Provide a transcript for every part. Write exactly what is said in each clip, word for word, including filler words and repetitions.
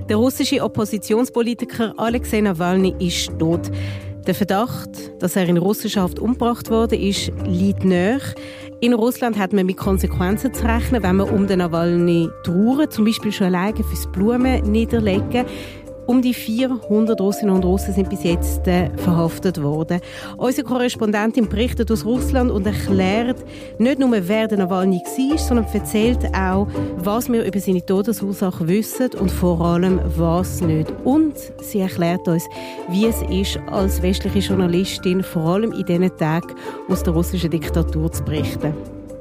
Der russische Oppositionspolitiker Alexei Nawalny ist tot. Der Verdacht, dass er in russischer Haft umgebracht worden ist, liegt nahe. In Russland hat man mit Konsequenzen zu rechnen, wenn man um den Nawalny trauert, zum Beispiel schon alleine fürs Blumen niederlegen. Um die vierhundert Russinnen und Russen sind bis jetzt äh, verhaftet worden. Unsere Korrespondentin berichtet aus Russland und erklärt nicht nur, wer der Nawalny war, sondern erzählt auch, was wir über seine Todesursache wissen und vor allem, was nicht. Und sie erklärt uns, wie es ist, als westliche Journalistin vor allem in diesen Tagen aus der russischen Diktatur zu berichten.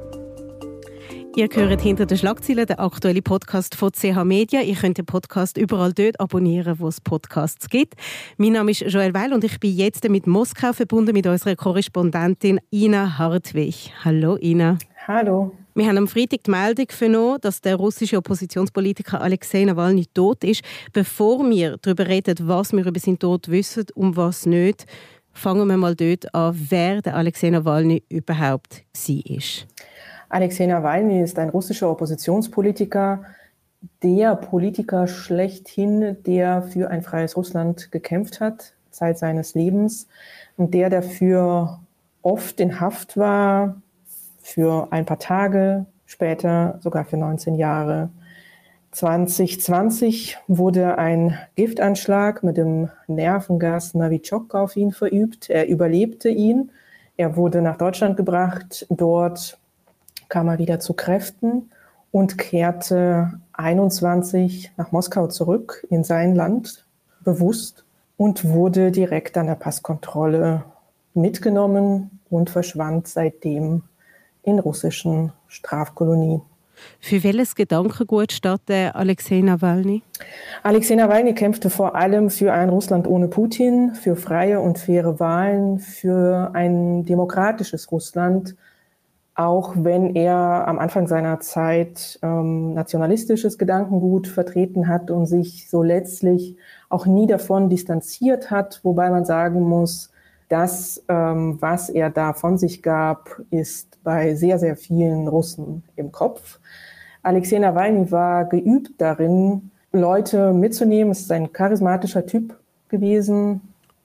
Ihr hört «Hinter den Schlagzeilen», der aktuelle Podcast von C H Media. Ihr könnt den Podcast überall dort abonnieren, wo es Podcasts gibt. Mein Name ist Joelle Weil und ich bin jetzt mit Moskau verbunden mit unserer Korrespondentin Ina Hartwig. Hallo Ina. Hallo. Wir haben am Freitag die Meldung vernommen, dass der russische Oppositionspolitiker Alexei Nawalny tot ist. Bevor wir darüber reden, was wir über seinen Tod wissen und was nicht, fangen wir mal dort an, wer der Alexei Nawalny überhaupt war. Alexei Nawalny ist ein russischer Oppositionspolitiker, der Politiker schlechthin, der für ein freies Russland gekämpft hat, Zeit seines Lebens, und der dafür oft in Haft war, für ein paar Tage, später sogar für neunzehn Jahre. zwanzig zwanzig wurde ein Giftanschlag mit dem Nervengas Novichok auf ihn verübt. Er überlebte ihn. Er wurde nach Deutschland gebracht. Dort kam er wieder zu Kräften und kehrte einundzwanzig nach Moskau zurück in sein Land, bewusst, und wurde direkt an der Passkontrolle mitgenommen und verschwand seitdem in russischen Strafkolonien. Für welches Gedankengut steht der Alexei Nawalny? Alexei Nawalny kämpfte vor allem für ein Russland ohne Putin, für freie und faire Wahlen, für ein demokratisches Russland, auch wenn er am Anfang seiner Zeit ähm, nationalistisches Gedankengut vertreten hat und sich so letztlich auch nie davon distanziert hat, wobei man sagen muss, das, ähm, was er da von sich gab, ist bei sehr, sehr vielen Russen im Kopf. Alexei Nawalny war geübt darin, Leute mitzunehmen. Es ist ein charismatischer Typ gewesen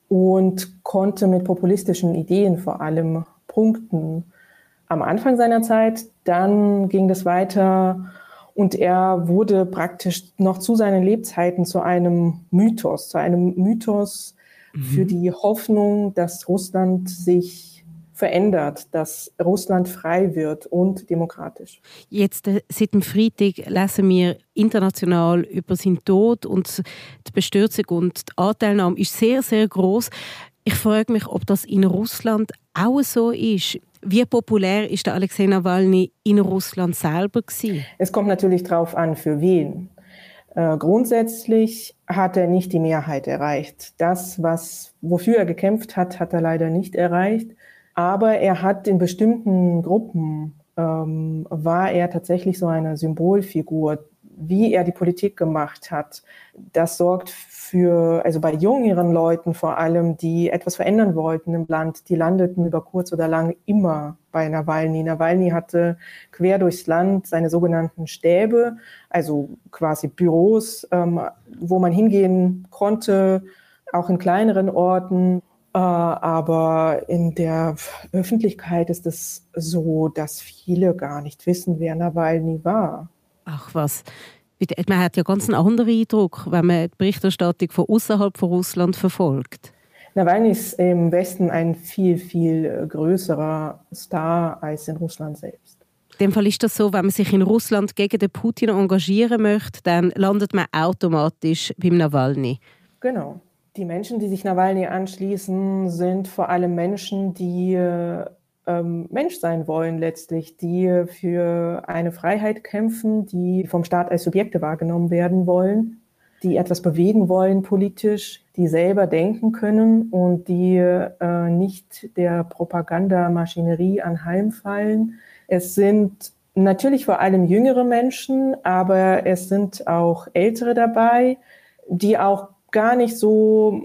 und konnte mit populistischen Ideen vor allem punkten. Am Anfang seiner Zeit, dann ging das weiter und er wurde praktisch noch zu seinen Lebzeiten zu einem Mythos, zu einem Mythos mhm. für die Hoffnung, dass Russland sich verändert, dass Russland frei wird und demokratisch. Jetzt äh, seit dem Freitag lesen wir international über seinen Tod und die Bestürzung und die Anteilnahme ist sehr, sehr groß. Ich frage mich, ob das in Russland auch so ist. Wie populär ist der Alexei Nawalny in Russland selber gewesen? Es kommt natürlich darauf an, für wen. Äh, grundsätzlich hat er nicht die Mehrheit erreicht. Das, was, wofür er gekämpft hat, hat er leider nicht erreicht. Aber er hat in bestimmten Gruppen, ähm, war er tatsächlich so eine Symbolfigur, wie er die Politik gemacht hat. Das sorgt für, also bei jüngeren Leuten vor allem, die etwas verändern wollten im Land, die landeten über kurz oder lang immer bei Nawalny. Nawalny hatte quer durchs Land seine sogenannten Stäbe, also quasi Büros, ähm, wo man hingehen konnte, auch in kleineren Orten. Äh, aber in der Öffentlichkeit ist es so, dass viele gar nicht wissen, wer Nawalny war. Ach was. Man hat ja ganz einen anderen Eindruck, wenn man die Berichterstattung von außerhalb von Russland verfolgt. Nawalny ist im Westen ein viel, viel größerer Star als in Russland selbst. In dem Fall ist das so, wenn man sich in Russland gegen den Putin engagieren möchte, dann landet man automatisch beim Nawalny. Genau. Die Menschen, die sich Nawalny anschließen, sind vor allem Menschen, die ähm, Mensch sein wollen letztlich, die für eine Freiheit kämpfen, die vom Staat als Subjekte wahrgenommen werden wollen, die etwas bewegen wollen politisch, die selber denken können und die äh, nicht der Propagandamaschinerie anheimfallen. Es sind natürlich vor allem jüngere Menschen, aber es sind auch ältere dabei, die auch gar nicht so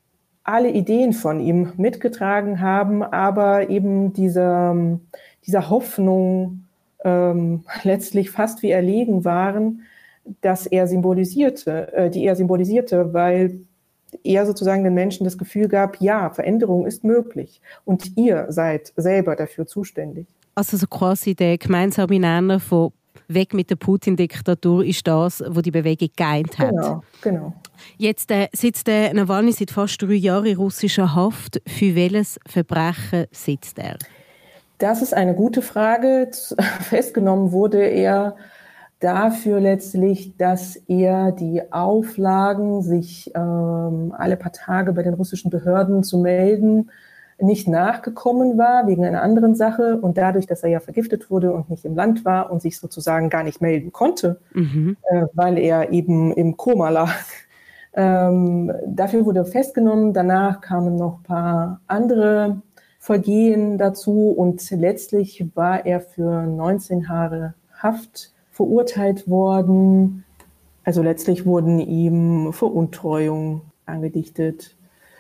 alle Ideen von ihm mitgetragen haben, aber eben dieser, dieser Hoffnung ähm, letztlich fast wie erlegen waren, dass er symbolisierte, äh, die er symbolisierte, weil er sozusagen den Menschen das Gefühl gab, ja, Veränderung ist möglich und ihr seid selber dafür zuständig. Also so quasi der gemeinsame Nenner von «Weg mit der Putin-Diktatur» ist das, was die Bewegung geeint hat. Genau, genau. Jetzt äh, sitzt der Nawalny seit fast drei Jahren in russischer Haft. Für welches Verbrechen sitzt er? Das ist eine gute Frage. Festgenommen wurde er dafür letztlich, dass er die Auflagen, sich ähm, alle paar Tage bei den russischen Behörden zu melden, nicht nachgekommen war, wegen einer anderen Sache. Und dadurch, dass er ja vergiftet wurde und nicht im Land war und sich sozusagen gar nicht melden konnte, mhm. äh, weil er eben im Koma lag. Ähm, dafür wurde er festgenommen. Danach kamen noch ein paar andere Vergehen dazu. Und letztlich war er für neunzehn Jahre Haft verurteilt worden. Also letztlich wurden ihm Veruntreuung angedichtet,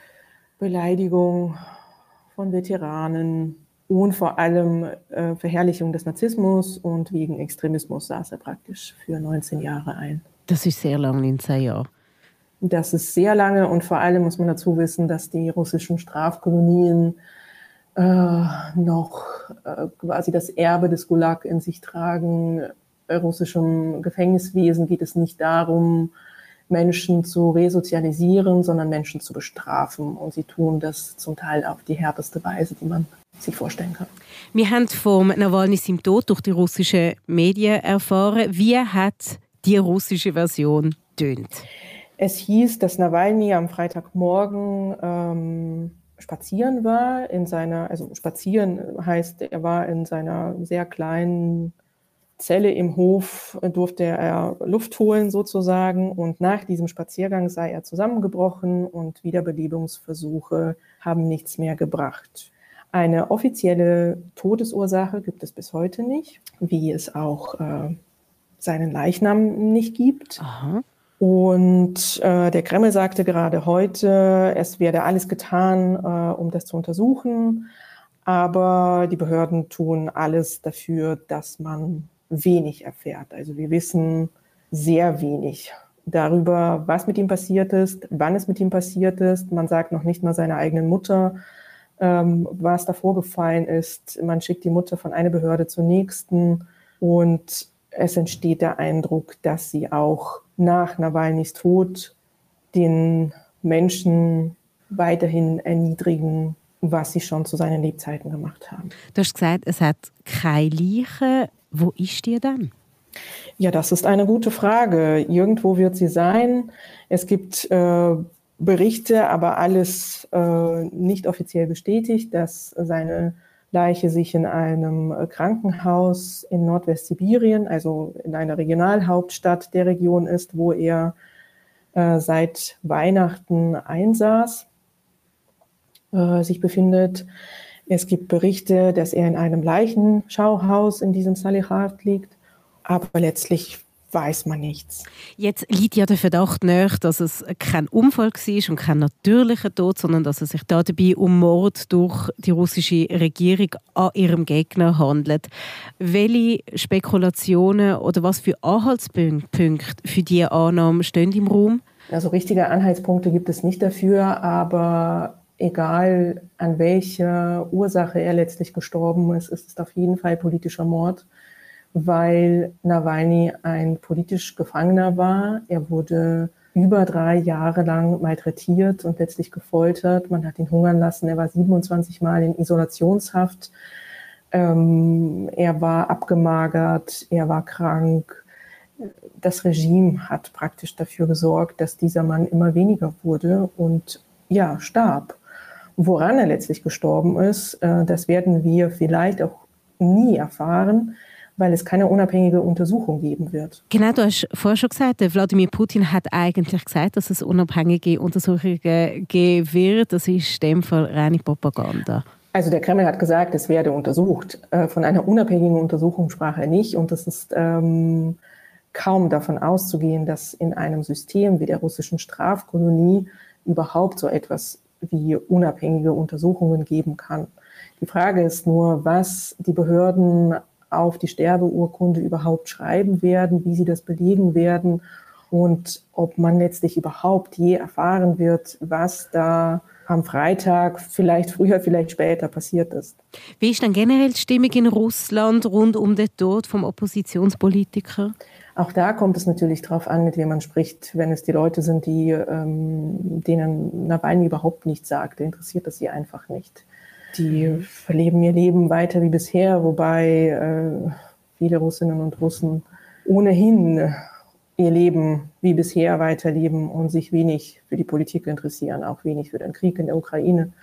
Beleidigung von Veteranen und vor allem äh, Verherrlichung des Narzissmus, und wegen Extremismus saß er praktisch für neunzehn Jahre ein. Das ist sehr lang, neunzehn Jahre. Das ist sehr lange, und vor allem muss man dazu wissen, dass die russischen Strafkolonien äh, noch äh, quasi das Erbe des Gulag in sich tragen. Bei russischem Gefängniswesen geht es nicht darum, Menschen zu resozialisieren, sondern Menschen zu bestrafen. Und sie tun das zum Teil auf die härteste Weise, die man sich vorstellen kann. Wir haben vom Nawalny seinem Tod durch die russischen Medien erfahren. Wie hat die russische Version tönt? Es hieß, dass Nawalny am Freitagmorgen ähm, spazieren war. In seiner, also spazieren heißt, er war in seiner sehr kleinen Zelle im Hof, durfte er Luft holen sozusagen, und nach diesem Spaziergang sei er zusammengebrochen und Wiederbelebungsversuche haben nichts mehr gebracht. Eine offizielle Todesursache gibt es bis heute nicht, wie es auch äh, seinen Leichnam nicht gibt. Aha. Und äh, der Kreml sagte gerade heute, es werde alles getan, äh, um das zu untersuchen, aber die Behörden tun alles dafür, dass man wenig erfährt. Also wir wissen sehr wenig darüber, was mit ihm passiert ist, wann es mit ihm passiert ist. Man sagt noch nicht mal seiner eigenen Mutter, ähm, was da vorgefallen ist. Man schickt die Mutter von einer Behörde zur nächsten, und es entsteht der Eindruck, dass sie auch nach Nawalnys Tod den Menschen weiterhin erniedrigen, was sie schon zu seinen Lebzeiten gemacht haben. Du hast gesagt, es hat keine Leiche. Wo ist die denn? Ja, das ist eine gute Frage. Irgendwo wird sie sein. Es gibt äh, Berichte, aber alles äh, nicht offiziell bestätigt, dass seine Leiche sich in einem Krankenhaus in Nordwestsibirien, also in einer Regionalhauptstadt der Region ist, wo er äh, seit Weihnachten einsaß, äh, sich befindet. Es gibt Berichte, dass er in einem Leichenschauhaus in diesem Salihat liegt, aber letztlich weiß man nichts. Jetzt liegt ja der Verdacht nahe, dass es kein Unfall war und kein natürlicher Tod, sondern dass es sich dabei um Mord durch die russische Regierung an ihrem Gegner handelt. Welche Spekulationen oder was für Anhaltspunkte für diese Annahme stehen im Raum? Also richtige Anhaltspunkte gibt es nicht dafür, aber egal an welcher Ursache er letztlich gestorben ist, ist es auf jeden Fall politischer Mord, weil Nawalny ein politisch Gefangener war. Er wurde über drei Jahre lang malträtiert und letztlich gefoltert. Man hat ihn hungern lassen. Er war siebenundzwanzig Mal in Isolationshaft. Ähm, er war abgemagert, er war krank. Das Regime hat praktisch dafür gesorgt, dass dieser Mann immer weniger wurde und ja, starb. Woran er letztlich gestorben ist, äh, das werden wir vielleicht auch nie erfahren, weil es keine unabhängige Untersuchung geben wird. Genau, du hast vorher schon gesagt, Wladimir Putin hat eigentlich gesagt, dass es unabhängige Untersuchungen geben wird. Das ist in dem Fall reine Propaganda. Also der Kreml hat gesagt, es werde untersucht. Äh, von einer unabhängigen Untersuchung sprach er nicht. Und es ist ähm, kaum davon auszugehen, dass in einem System wie der russischen Strafkolonie überhaupt so etwas wie unabhängige Untersuchungen geben kann. Die Frage ist nur, was die Behörden auf die Sterbeurkunde überhaupt schreiben werden, wie sie das belegen werden und ob man letztlich überhaupt je erfahren wird, was da am Freitag, vielleicht früher, vielleicht später passiert ist. Wie ist dann generell die Stimmung in Russland rund um den Tod vom Oppositionspolitiker? Auch da kommt es natürlich darauf an, mit wem man spricht. Wenn es die Leute sind, die, ähm, denen Nawalny überhaupt nichts sagt, interessiert das sie einfach nicht. Die verleben ihr Leben weiter wie bisher, wobei äh, viele Russinnen und Russen ohnehin ihr Leben wie bisher weiterleben und sich wenig für die Politik interessieren, auch wenig für den Krieg in der Ukraine.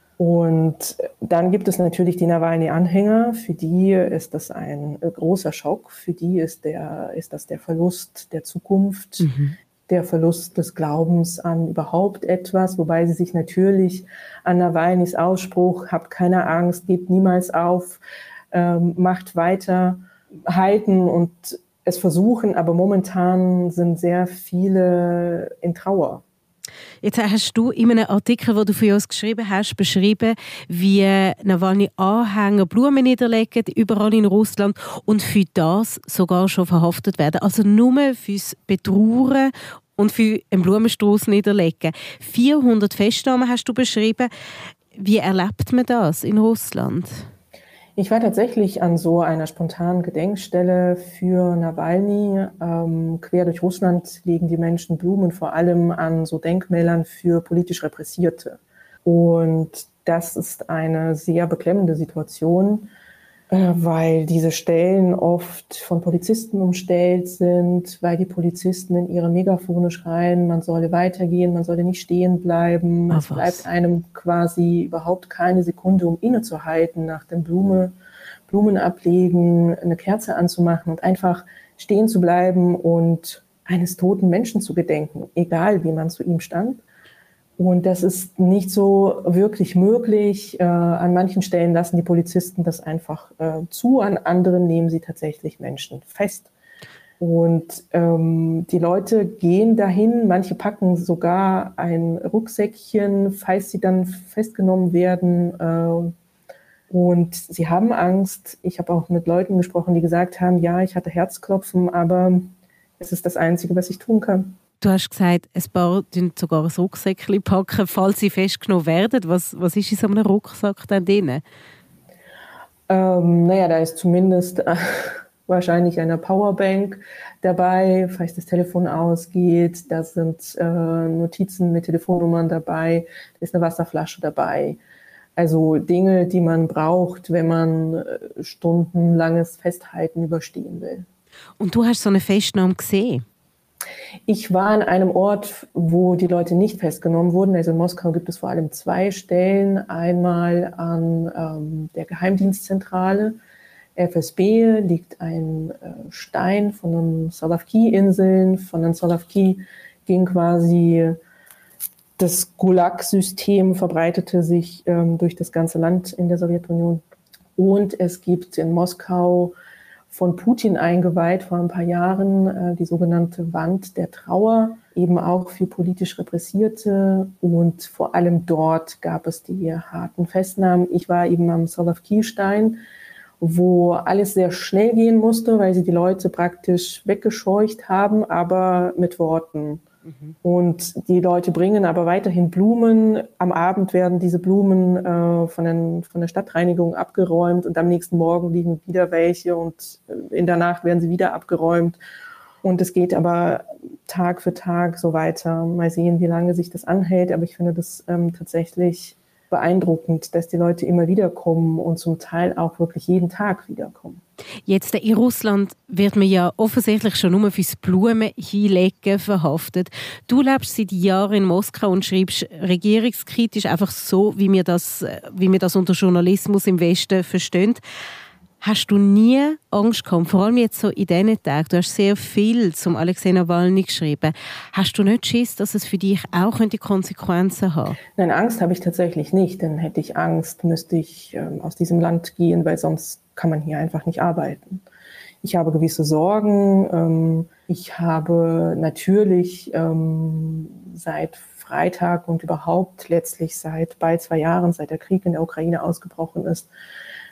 Und dann gibt es natürlich die Nawalny-Anhänger, für die ist das ein großer Schock, für die ist, der, ist das der Verlust der Zukunft, mhm. der Verlust des Glaubens an überhaupt etwas, wobei sie sich natürlich an Nawalnys Ausspruch, habt keine Angst, gebt niemals auf, ähm, macht weiter, halten und es versuchen, aber momentan sind sehr viele in Trauer. Jetzt hast du in einem Artikel, den du für uns geschrieben hast, beschrieben, wie Nawalny-Anhänger Blumen niederlegen, überall in Russland, und für das sogar schon verhaftet werden. Also nur fürs Betrauern und für einen Blumenstrauß niederlegen. vierhundert Festnahmen hast du beschrieben. Wie erlebt man das in Russland? Ich war tatsächlich an so einer spontanen Gedenkstelle für Nawalny. Ähm, quer durch Russland legen die Menschen Blumen, vor allem an so Denkmälern für politisch Repressierte. Und das ist eine sehr beklemmende Situation, äh, weil diese Stellen oft von Polizisten umstellt sind, weil die Polizisten in ihre Megafone schreien, man solle weitergehen, man solle nicht stehen bleiben. Ach, es bleibt einem quasi überhaupt keine Sekunde, um innezuhalten nach dem Blume, Blumen ablegen, eine Kerze anzumachen und einfach stehen zu bleiben und eines toten Menschen zu gedenken, egal wie man zu ihm stand. Und das ist nicht so wirklich möglich. Äh, an manchen Stellen lassen die Polizisten das einfach äh, zu, an anderen nehmen sie tatsächlich Menschen fest. Und ähm, die Leute gehen dahin, manche packen sogar ein Rucksäckchen, falls sie dann festgenommen werden. Äh, und sie haben Angst. Ich habe auch mit Leuten gesprochen, die gesagt haben, ja, ich hatte Herzklopfen, aber es ist das Einzige, was ich tun kann. Du hast gesagt, ein paar packen sogar ein Rucksäckchen packen, falls sie festgenommen werden. Was, was ist in so einem Rucksack denn drin? Ähm, naja, da ist zumindest äh, wahrscheinlich eine Powerbank dabei, falls das Telefon ausgeht. Da sind äh, Notizen mit Telefonnummern dabei. Da ist eine Wasserflasche dabei. Also Dinge, die man braucht, wenn man äh, stundenlanges Festhalten überstehen will. Und du hast so eine Festnahme gesehen? Ich war an einem Ort, wo die Leute nicht festgenommen wurden. Also in Moskau gibt es vor allem zwei Stellen. Einmal an ähm, der Geheimdienstzentrale F S B liegt ein äh, Stein von den Solovki-Inseln. Von den Solovki ging quasi das Gulag-System, verbreitete sich ähm, durch das ganze Land in der Sowjetunion. Und es gibt in Moskau von Putin eingeweiht vor ein paar Jahren, äh, die sogenannte Wand der Trauer, eben auch für politisch Repressierte. Und vor allem dort gab es die harten Festnahmen. Ich war eben am Solovki-Stein, wo alles sehr schnell gehen musste, weil sie die Leute praktisch weggescheucht haben, aber mit Worten. Mhm. Und die Leute bringen aber weiterhin Blumen. Am Abend werden diese Blumen äh, von, den, von der Stadtreinigung abgeräumt und am nächsten Morgen liegen wieder welche und in der Nacht werden sie wieder abgeräumt. Und es geht aber Tag für Tag so weiter. Mal sehen, wie lange sich das anhält. Aber ich finde das ähm, tatsächlich beeindruckend, dass die Leute immer wieder kommen und zum Teil auch wirklich jeden Tag wiederkommen. Jetzt in Russland wird man ja offensichtlich schon nur fürs Blumen hinlegen verhaftet. Du lebst seit Jahren in Moskau und schreibst regierungskritisch, einfach so, wie wir das, wie wir das unter Journalismus im Westen verstehen. Hast du nie Angst gehabt, vor allem jetzt so in diesen Tagen, du hast sehr viel zum Alexei Nawalny geschrieben, hast du nicht Schiss, dass es für dich auch Konsequenzen haben könnte? Nein, Angst habe ich tatsächlich nicht, denn hätte ich Angst, müsste ich ähm, aus diesem Land gehen, weil sonst kann man hier einfach nicht arbeiten. Ich habe gewisse Sorgen, ähm, ich habe natürlich ähm, seit Freitag und überhaupt letztlich seit bald zwei Jahren, seit der Krieg in der Ukraine ausgebrochen ist,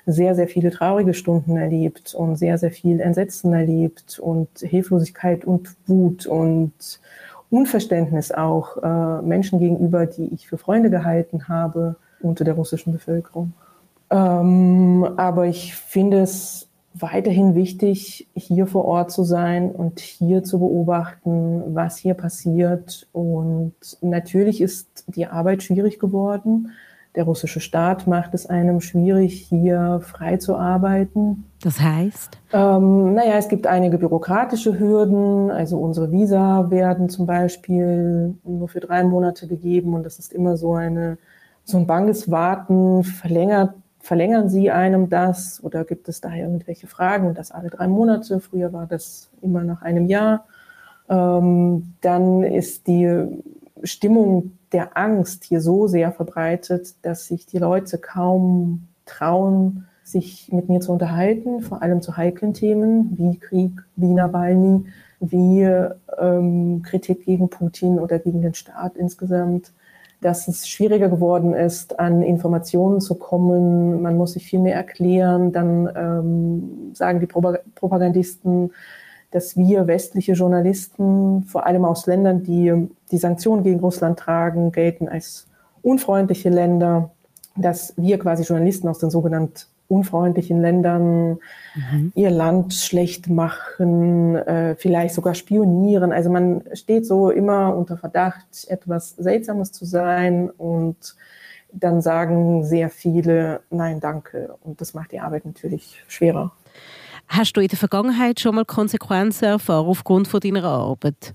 sehr, sehr viele traurige Stunden erlebt und sehr, sehr viel Entsetzen erlebt und Hilflosigkeit und Wut und Unverständnis auch äh, Menschen gegenüber, die ich für Freunde gehalten habe unter der russischen Bevölkerung. Ähm, aber ich finde es weiterhin wichtig, hier vor Ort zu sein und hier zu beobachten, was hier passiert. Und natürlich ist die Arbeit schwierig geworden. Der russische Staat macht es einem schwierig, hier frei zu arbeiten. Das heißt? Ähm, naja, es gibt einige bürokratische Hürden. Also unsere Visa werden zum Beispiel nur für drei Monate gegeben. Und das ist immer so, eine, so ein banges Warten. Verlängert, verlängern Sie einem das? Oder gibt es da irgendwelche Fragen? Und das alle drei Monate. Früher war das immer nach einem Jahr. Ähm, dann ist die Stimmung der Angst hier so sehr verbreitet, dass sich die Leute kaum trauen, sich mit mir zu unterhalten, vor allem zu heiklen Themen wie Krieg, wie Nawalny, wie ähm, Kritik gegen Putin oder gegen den Staat insgesamt. Dass es schwieriger geworden ist, an Informationen zu kommen. Man muss sich viel mehr erklären. Dann ähm, sagen die Propagandisten, dass wir westliche Journalisten, vor allem aus Ländern, die die Sanktionen gegen Russland tragen, gelten als unfreundliche Länder, dass wir quasi Journalisten aus den sogenannten unfreundlichen Ländern mhm. ihr Land schlecht machen, äh, vielleicht sogar spionieren. Also man steht so immer unter Verdacht, etwas Seltsames zu sein, und dann sagen sehr viele, nein, danke. Und das macht die Arbeit natürlich schwerer. Hast du in der Vergangenheit schon mal Konsequenzen erfahren aufgrund von deiner Arbeit?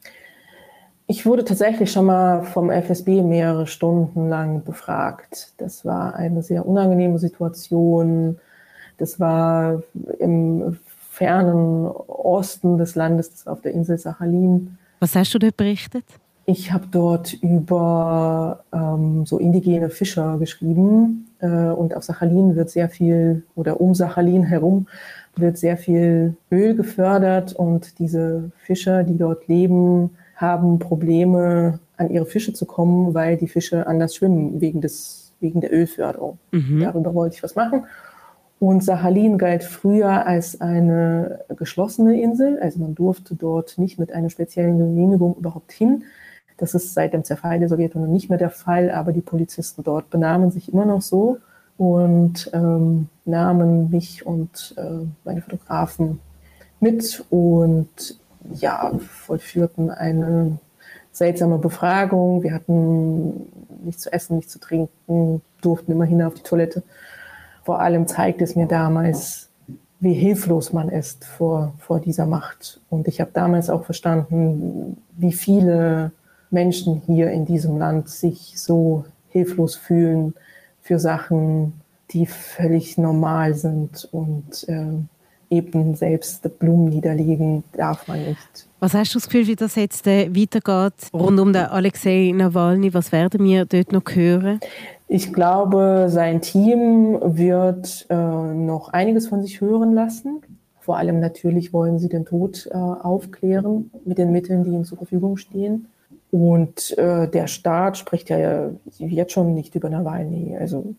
Ich wurde tatsächlich schon mal vom F S B mehrere Stunden lang befragt. Das war eine sehr unangenehme Situation. Das war im fernen Osten des Landes, auf der Insel Sachalin. Was hast du dort berichtet? Ich habe dort über ähm, so indigene Fischer geschrieben. Äh, und auf Sachalin wird sehr viel, oder um Sachalin herum, wird sehr viel Öl gefördert. Und diese Fischer, die dort leben, haben Probleme, an ihre Fische zu kommen, weil die Fische anders schwimmen, wegen, des, wegen der Ölförderung. Mhm. Darüber wollte ich was machen. Und Sachalin galt früher als eine geschlossene Insel. Also man durfte dort nicht mit einer speziellen Genehmigung überhaupt hin. Das ist seit dem Zerfall der Sowjetunion nicht mehr der Fall, aber die Polizisten dort benahmen sich immer noch so und ähm, nahmen mich und äh, meine Fotografen mit und ja, vollführten eine seltsame Befragung. Wir hatten nichts zu essen, nichts zu trinken, durften immerhin auf die Toilette. Vor allem zeigt es mir damals, wie hilflos man ist vor, vor dieser Macht. Und ich habe damals auch verstanden, wie viele Menschen hier in diesem Land sich so hilflos fühlen für Sachen, die völlig normal sind, und äh, eben selbst Blumen niederlegen darf man nicht. Was hast du das Gefühl, wie das jetzt äh, weitergeht rund um den Alexei Nawalny? Was werden wir dort noch hören? Ich glaube, sein Team wird äh, noch einiges von sich hören lassen. Vor allem natürlich wollen sie den Tod äh, aufklären mit den Mitteln, die ihnen zur Verfügung stehen. Und äh, der Staat spricht ja jetzt schon nicht über Nawalny. Also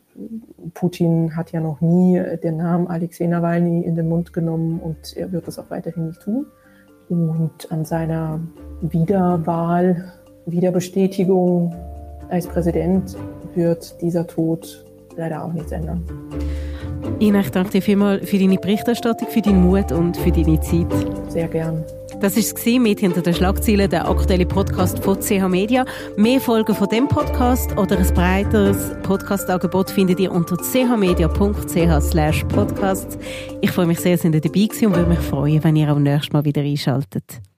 Putin hat ja noch nie den Namen Alexei Nawalny in den Mund genommen, und er wird das auch weiterhin nicht tun. Und an seiner Wiederwahl, Wiederbestätigung als Präsident wird dieser Tod leider auch nichts ändern. Ina, ich danke dir vielmals für deine Berichterstattung, für deinen Mut und für deine Zeit. Sehr gern. Das war es mit «Hinter den Schlagzeilen», der aktuelle Podcast von C H Media. Mehr Folgen von dem Podcast oder ein breiteres Podcast-Angebot findet ihr unter c h media punkt c h slash podcasts. Ich freue mich sehr, dass ihr dabei gewesen und würde mich freuen, wenn ihr auch nächstes Mal wieder einschaltet.